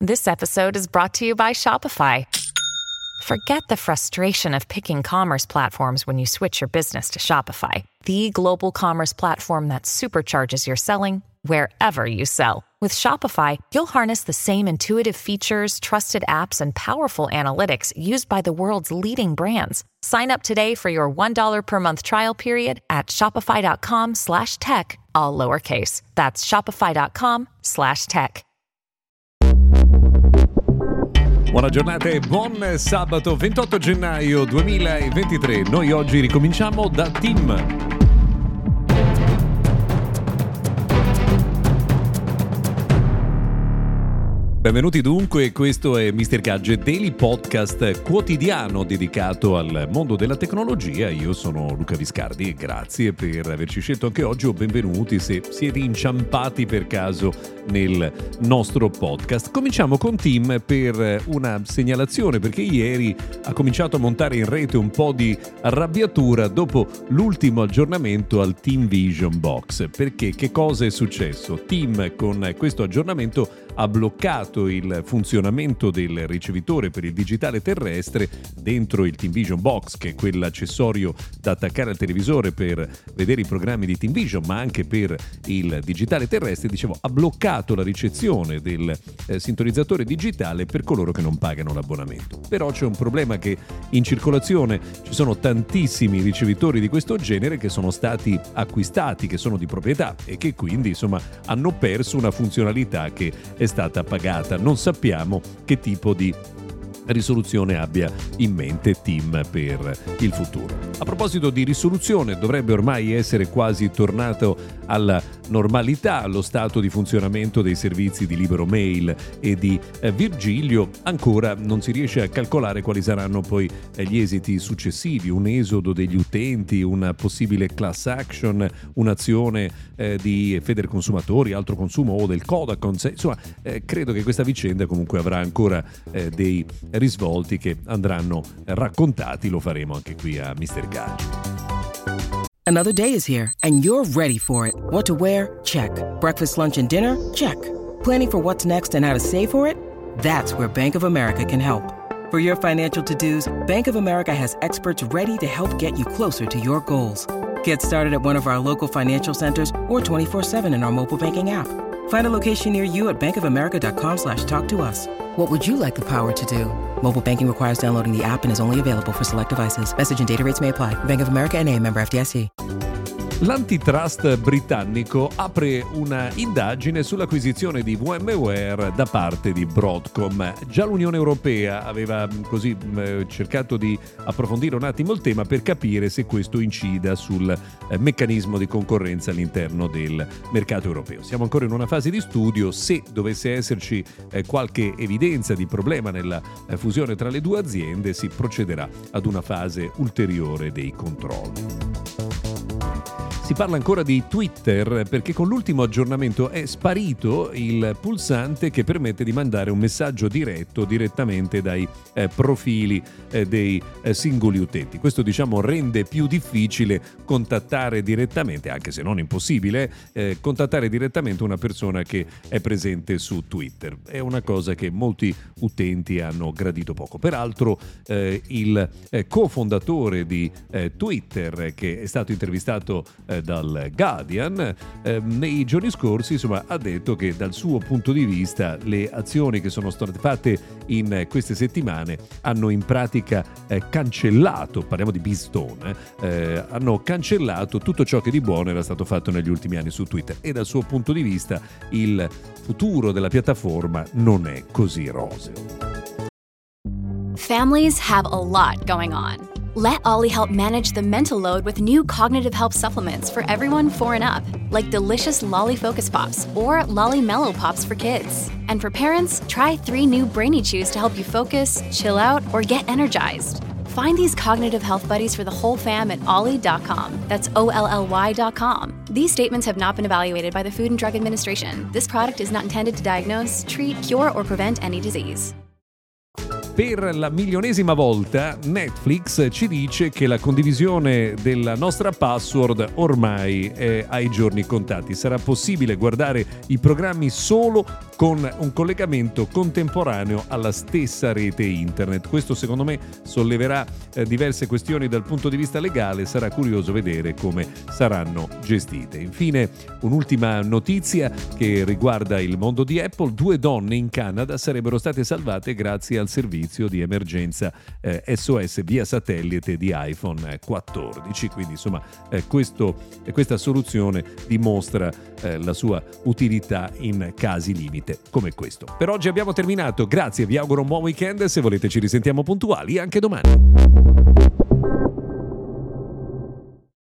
This episode is brought to you by Shopify. Forget the frustration of picking commerce platforms when you switch your business to Shopify, the global commerce platform that supercharges your selling wherever you sell. With Shopify, you'll harness the same intuitive features, trusted apps, and powerful analytics used by the world's leading brands. Sign up today for your $1 per month trial period at shopify.com/tech, all lowercase. That's shopify.com/tech. Buona giornata e buon sabato 28 gennaio 2023. Noi oggi ricominciamo da Tim. Benvenuti dunque, questo è Mr. Gadget Daily, podcast quotidiano dedicato al mondo della tecnologia. Io sono Luca Viscardi e grazie per averci scelto anche oggi o benvenuti se siete inciampati per caso nel nostro podcast. Cominciamo con Tim per una segnalazione, perché ieri ha cominciato a montare in rete un po' di arrabbiatura dopo l'ultimo aggiornamento al Team Vision Box. Perché che cosa è successo? Tim con questo aggiornamento ha bloccato il funzionamento del ricevitore per il digitale terrestre dentro il Team Vision Box, che è quell'accessorio da attaccare al televisore per vedere i programmi di Team Vision, ma anche per il digitale terrestre. Dicevo, ha bloccato la ricezione del sintonizzatore digitale per coloro che non pagano l'abbonamento. Però c'è un problema, che in circolazione ci sono tantissimi ricevitori di questo genere che sono stati acquistati, che sono di proprietà e che quindi insomma hanno perso una funzionalità che è stata pagata. Non sappiamo che tipo di risoluzione abbia in mente Tim per il futuro. A proposito di risoluzione, dovrebbe ormai essere quasi tornato alla normalità lo stato di funzionamento dei servizi di Libero Mail e di Virgilio. Ancora non si riesce a calcolare quali saranno poi gli esiti successivi, un esodo degli utenti, una possibile class action, un'azione di Federconsumatori, altro consumo o del Codacons. Insomma, credo che questa vicenda comunque avrà ancora dei risvolti che andranno raccontati. Lo faremo anche qui a Mr. Gadget. Another day is here, and you're ready for it. What to wear? Check. Breakfast, lunch, and dinner? Check. Planning for what's next and how to save for it? That's where Bank of America can help. For your financial to-dos, Bank of America has experts ready to help get you closer to your goals. Get started at one of our local financial centers or 24/7 in our mobile banking app. Find a location near you at bankofamerica.com/talktous. What would you like the power to do? Mobile banking requires downloading the app and is only available for select devices. Message and data rates may apply. Bank of America N.A., member FDIC. L'antitrust britannico apre una indagine sull'acquisizione di VMware da parte di Broadcom. Già l'Unione Europea aveva così cercato di approfondire un attimo il tema per capire se questo incida sul meccanismo di concorrenza all'interno del mercato europeo. Siamo ancora in una fase di studio. Se dovesse esserci qualche evidenza di problema nella fusione tra le due aziende, si procederà ad una fase ulteriore dei controlli. Si parla ancora di Twitter, perché con l'ultimo aggiornamento è sparito il pulsante che permette di mandare un messaggio direttamente dai profili dei singoli utenti. Questo rende più difficile contattare direttamente, anche se non impossibile, contattare direttamente una persona che è presente su Twitter. È una cosa che molti utenti hanno gradito poco. Peraltro il cofondatore di Twitter, che è stato intervistato dal Guardian nei giorni scorsi, ha detto che dal suo punto di vista le azioni che sono state fatte in queste settimane hanno in pratica cancellato, parliamo di Beastone, hanno cancellato tutto ciò che di buono era stato fatto negli ultimi anni su Twitter, e dal suo punto di vista il futuro della piattaforma non è così roseo. Families have a lot going on. Let Ollie help manage the mental load with new cognitive help supplements for everyone 4 and up, like delicious Lolly Focus Pops or Lolly Mellow Pops for kids. And for parents, try 3 new Brainy Chews to help you focus, chill out, or get energized. Find these cognitive health buddies for the whole fam at ollie.com. That's OLLY.com. These statements have not been evaluated by the Food and Drug Administration. This product is not intended to diagnose, treat, cure, or prevent any disease. Per la milionesima volta Netflix ci dice che la condivisione della nostra password ormai è ai giorni contati. Sarà possibile guardare i programmi solo con un collegamento contemporaneo alla stessa rete internet. Questo secondo me solleverà diverse questioni dal punto di vista legale, sarà curioso vedere come saranno gestite. Infine, un'ultima notizia che riguarda il mondo di Apple: 2 donne in Canada sarebbero state salvate grazie al servizio di emergenza SOS via satellite di iPhone 14. Quindi insomma questa soluzione dimostra la sua utilità in casi limite come questo. Per oggi abbiamo terminato, grazie, vi auguro un buon weekend, se volete ci risentiamo puntuali anche domani.